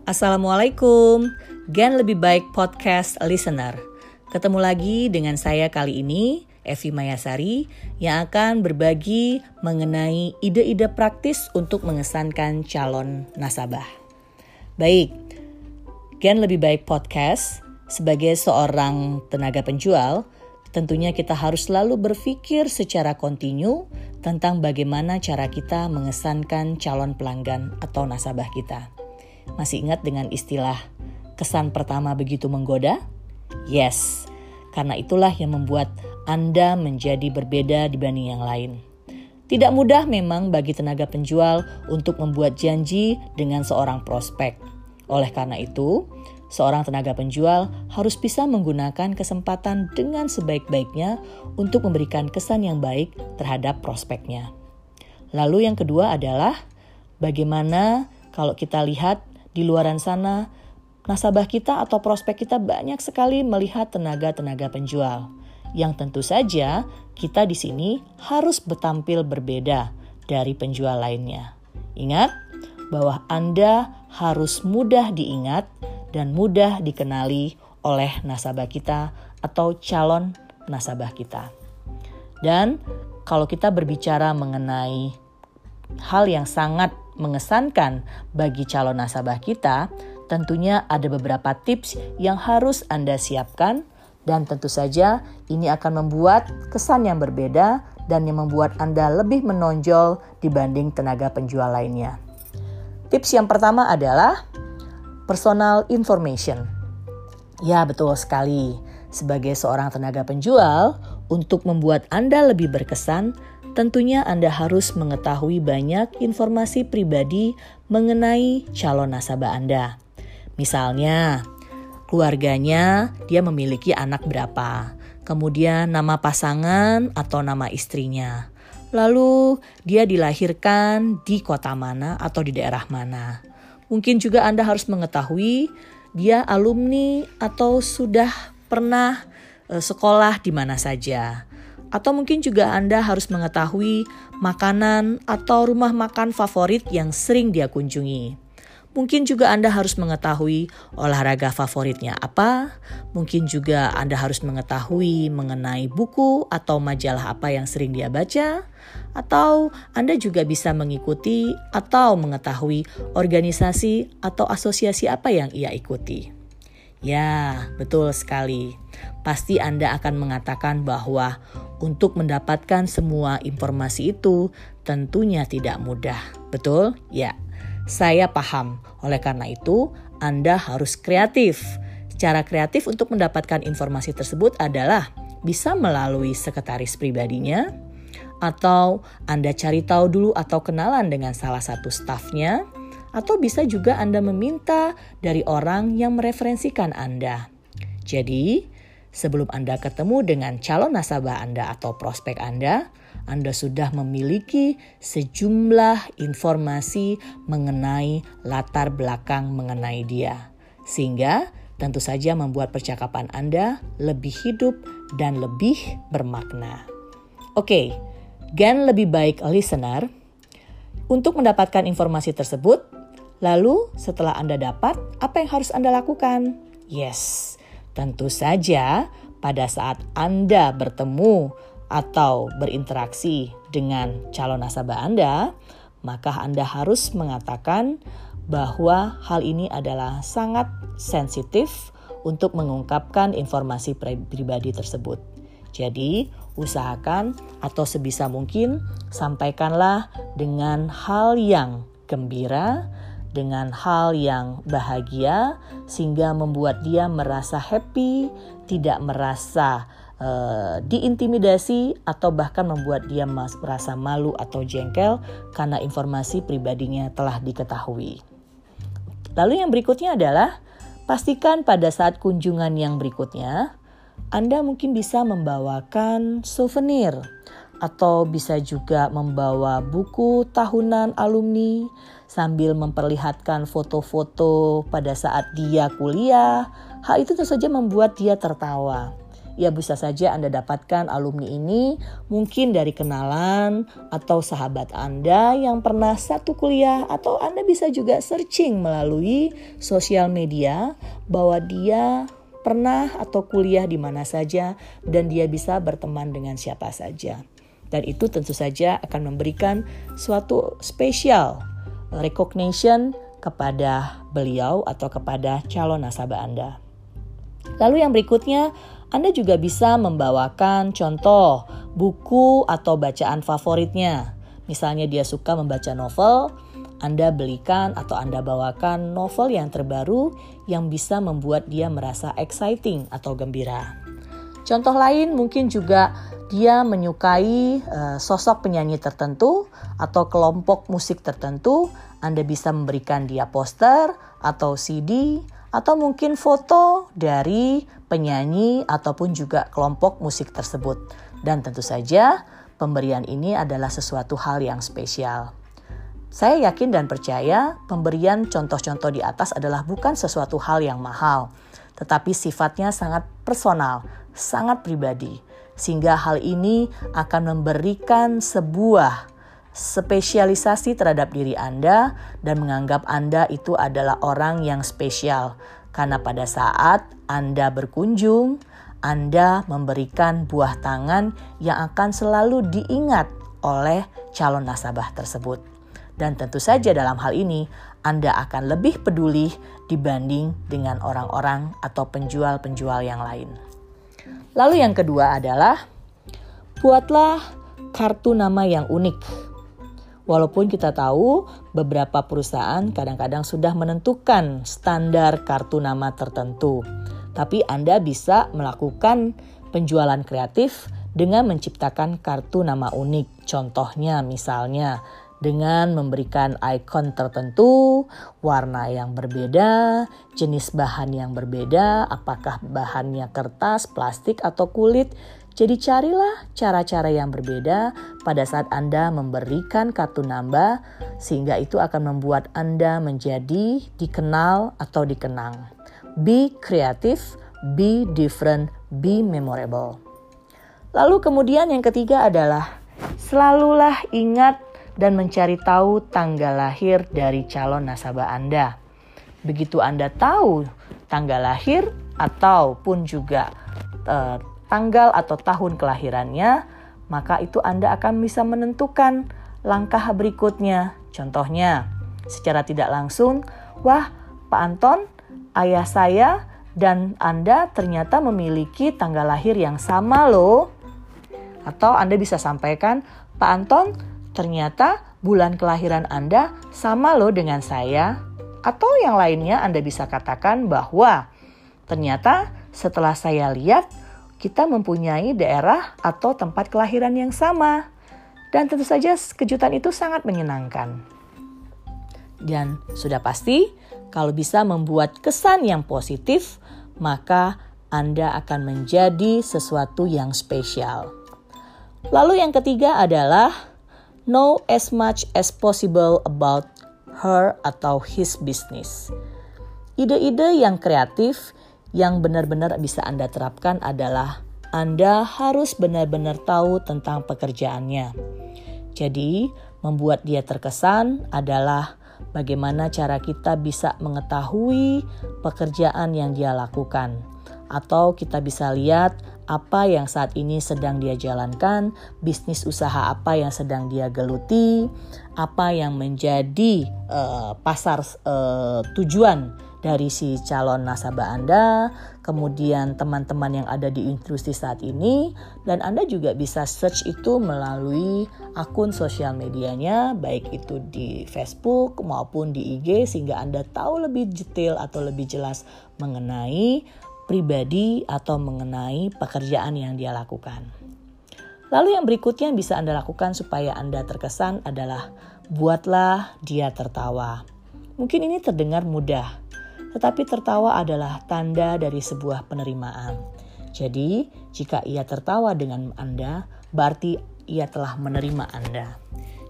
Assalamualaikum, Gen Lebih Baik Podcast Listener. Ketemu lagi dengan saya kali ini, Evi Mayasari, yang akan berbagi mengenai ide-ide praktis untuk mengesankan calon nasabah. Baik, Gen Lebih Baik Podcast, sebagai seorang tenaga penjual, tentunya kita harus selalu berpikir secara kontinu tentang bagaimana cara kita mengesankan calon pelanggan atau nasabah kita. Masih ingat dengan istilah kesan pertama begitu menggoda? Yes, karena itulah yang membuat Anda menjadi berbeda dibanding yang lain. Tidak mudah memang bagi tenaga penjual untuk membuat janji dengan seorang prospek. Oleh karena itu, seorang tenaga penjual harus bisa menggunakan kesempatan dengan sebaik-baiknya untuk memberikan kesan yang baik terhadap prospeknya. Lalu yang kedua adalah bagaimana kalau kita lihat di luaran sana, nasabah kita atau prospek kita banyak sekali melihat tenaga-tenaga penjual. Yang tentu saja kita di sini harus bertampil berbeda dari penjual lainnya. Ingat bahwa Anda harus mudah diingat dan mudah dikenali oleh nasabah kita atau calon nasabah kita. Dan kalau kita berbicara mengenai hal yang sangat mengesankan bagi calon nasabah kita, tentunya ada beberapa tips yang harus Anda siapkan dan tentu saja ini akan membuat kesan yang berbeda dan yang membuat Anda lebih menonjol dibanding tenaga penjual lainnya. Tips yang pertama adalah personal information. Ya, betul sekali. Sebagai seorang tenaga penjual, untuk membuat Anda lebih berkesan, tentunya Anda harus mengetahui banyak informasi pribadi mengenai calon nasabah Anda. Misalnya, keluarganya dia memiliki anak berapa, kemudian nama pasangan atau nama istrinya. Lalu dia dilahirkan di kota mana atau di daerah mana. Mungkin juga Anda harus mengetahui dia alumni atau sudah pernah sekolah di mana saja. Atau mungkin juga Anda harus mengetahui makanan atau rumah makan favorit yang sering dia kunjungi. Mungkin juga Anda harus mengetahui olahraga favoritnya apa. Mungkin juga Anda harus mengetahui mengenai buku atau majalah apa yang sering dia baca. Atau Anda juga bisa mengikuti atau mengetahui organisasi atau asosiasi apa yang ia ikuti. Ya, betul sekali. Pasti Anda akan mengatakan bahwa untuk mendapatkan semua informasi itu tentunya tidak mudah. Betul? Ya, saya paham. Oleh karena itu, Anda harus kreatif. Cara kreatif untuk mendapatkan informasi tersebut adalah bisa melalui sekretaris pribadinya, atau Anda cari tahu dulu atau kenalan dengan salah satu stafnya, atau bisa juga Anda meminta dari orang yang mereferensikan Anda. Jadi, sebelum Anda ketemu dengan calon nasabah Anda atau prospek Anda sudah memiliki sejumlah informasi mengenai latar belakang mengenai dia. Sehingga tentu saja membuat percakapan Anda lebih hidup dan lebih bermakna. Oke, Gen Lebih Baik Listener, untuk mendapatkan informasi tersebut, lalu setelah Anda dapat, apa yang harus Anda lakukan? Yes, tentu saja pada saat Anda bertemu atau berinteraksi dengan calon nasabah Anda, maka Anda harus mengatakan bahwa hal ini adalah sangat sensitif untuk mengungkapkan informasi pribadi tersebut. Jadi, usahakan atau sebisa mungkin sampaikanlah dengan hal yang gembira, dengan hal yang bahagia, sehingga membuat dia merasa happy, tidak merasa diintimidasi, atau bahkan membuat dia merasa malu atau jengkel karena informasi pribadinya telah diketahui. Lalu yang berikutnya adalah pastikan pada saat kunjungan yang berikutnya, Anda mungkin bisa membawakan souvenir atau bisa juga membawa buku tahunan alumni sambil memperlihatkan foto-foto pada saat dia kuliah. Hal itu tentu saja membuat dia tertawa. ya bisa saja Anda dapatkan alumni ini mungkin dari kenalan atau sahabat Anda yang pernah satu kuliah, atau Anda bisa juga searching melalui sosial media bahwa dia pernah atau kuliah di mana saja dan dia bisa berteman dengan siapa saja. Dan itu tentu saja akan memberikan suatu spesial recognition kepada beliau atau kepada calon nasabah Anda. Lalu yang berikutnya, Anda juga bisa membawakan contoh buku atau bacaan favoritnya. Misalnya dia suka membaca novel, Anda belikan atau Anda bawakan novel yang terbaru yang bisa membuat dia merasa exciting atau gembira. Contoh lain mungkin juga dia menyukai sosok penyanyi tertentu atau kelompok musik tertentu. Anda bisa memberikan dia poster atau CD atau mungkin foto dari penyanyi ataupun juga kelompok musik tersebut. Dan tentu saja pemberian ini adalah sesuatu hal yang spesial. Saya yakin dan percaya pemberian contoh-contoh di atas adalah bukan sesuatu hal yang mahal, tetapi sifatnya sangat personal, sangat pribadi. Sehingga hal ini akan memberikan sebuah spesialisasi terhadap diri Anda dan menganggap Anda itu adalah orang yang spesial. Karena pada saat Anda berkunjung, Anda memberikan buah tangan yang akan selalu diingat oleh calon nasabah tersebut. Dan tentu saja dalam hal ini Anda akan lebih peduli dibanding dengan orang-orang atau penjual-penjual yang lain. Lalu yang kedua adalah buatlah kartu nama yang unik. Walaupun kita tahu beberapa perusahaan kadang-kadang sudah menentukan standar kartu nama tertentu, tapi Anda bisa melakukan penjualan kreatif dengan menciptakan kartu nama unik. Contohnya misalnya dengan memberikan ikon tertentu, warna yang berbeda, jenis bahan yang berbeda, apakah bahannya kertas, plastik, atau kulit. Jadi carilah cara-cara yang berbeda pada saat Anda memberikan kartu nama, sehingga itu akan membuat Anda menjadi dikenal atau dikenang. Be creative, be different, be memorable. Lalu kemudian yang ketiga adalah selalulah ingat dan mencari tahu tanggal lahir dari calon nasabah Anda. Begitu Anda tahu tanggal lahir ataupun juga tanggal atau tahun kelahirannya, maka itu Anda akan bisa menentukan langkah berikutnya. Contohnya, secara tidak langsung, wah Pak Anton, ayah saya dan Anda ternyata memiliki tanggal lahir yang sama loh. Atau Anda bisa sampaikan, Pak Anton, ternyata bulan kelahiran Anda sama loh dengan saya. Atau yang lainnya Anda bisa katakan bahwa ternyata setelah saya lihat kita mempunyai daerah atau tempat kelahiran yang sama. Dan tentu saja kejutan itu sangat menyenangkan. Dan sudah pasti kalau bisa membuat kesan yang positif, maka Anda akan menjadi sesuatu yang spesial. Lalu yang ketiga adalah know as much as possible about her atau his business. Ide-ide yang kreatif yang benar-benar bisa Anda terapkan adalah Anda harus benar-benar tahu tentang pekerjaannya. Jadi, membuat dia terkesan adalah bagaimana cara kita bisa mengetahui pekerjaan yang dia lakukan. Atau kita bisa lihat apa yang saat ini sedang dia jalankan, bisnis usaha apa yang sedang dia geluti, apa yang menjadi pasar tujuan dari si calon nasabah Anda, kemudian teman-teman yang ada di industri saat ini, dan Anda juga bisa search itu melalui akun sosial medianya, baik itu di Facebook maupun di IG, sehingga Anda tahu lebih detail atau lebih jelas mengenai pribadi atau mengenai pekerjaan yang dia lakukan. Lalu yang berikutnya yang bisa Anda lakukan supaya Anda terkesan adalah buatlah dia tertawa. Mungkin ini terdengar mudah, tetapi tertawa adalah tanda dari sebuah penerimaan. Jadi, jika ia tertawa dengan Anda, berarti ia telah menerima Anda.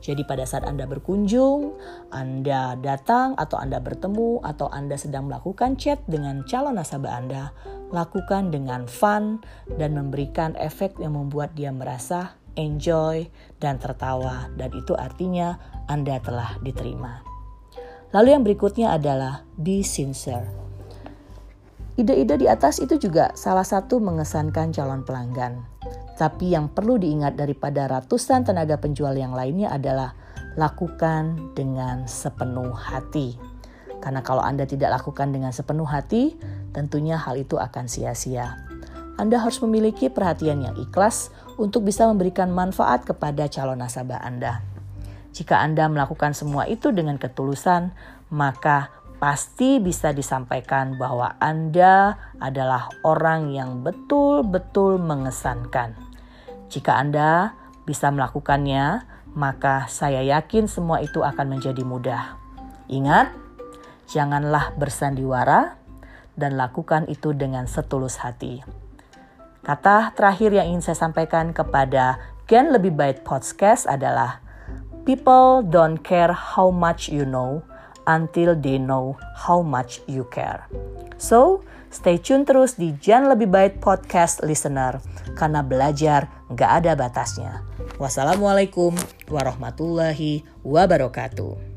Jadi pada saat Anda berkunjung, Anda datang atau Anda bertemu atau Anda sedang melakukan chat dengan calon nasabah Anda, lakukan dengan fun dan memberikan efek yang membuat dia merasa enjoy dan tertawa, dan itu artinya Anda telah diterima. Lalu yang berikutnya adalah be sincere. Ide-ide di atas itu juga salah satu mengesankan calon pelanggan. Tapi yang perlu diingat daripada ratusan tenaga penjual yang lainnya adalah lakukan dengan sepenuh hati. Karena kalau Anda tidak lakukan dengan sepenuh hati, tentunya hal itu akan sia-sia. Anda harus memiliki perhatian yang ikhlas untuk bisa memberikan manfaat kepada calon nasabah Anda. Jika Anda melakukan semua itu dengan ketulusan, maka pasti bisa disampaikan bahwa Anda adalah orang yang betul-betul mengesankan. Jika Anda bisa melakukannya, maka saya yakin semua itu akan menjadi mudah. Ingat, janganlah bersandiwara dan lakukan itu dengan setulus hati. Kata terakhir yang ingin saya sampaikan kepada Gen Lebih Baik Podcast adalah, people don't care how much you know until they know how much you care. So, stay tune terus di Gen Lebih Baik Podcast Listener, karena belajar gak ada batasnya. Wassalamualaikum warahmatullahi wabarakatuh.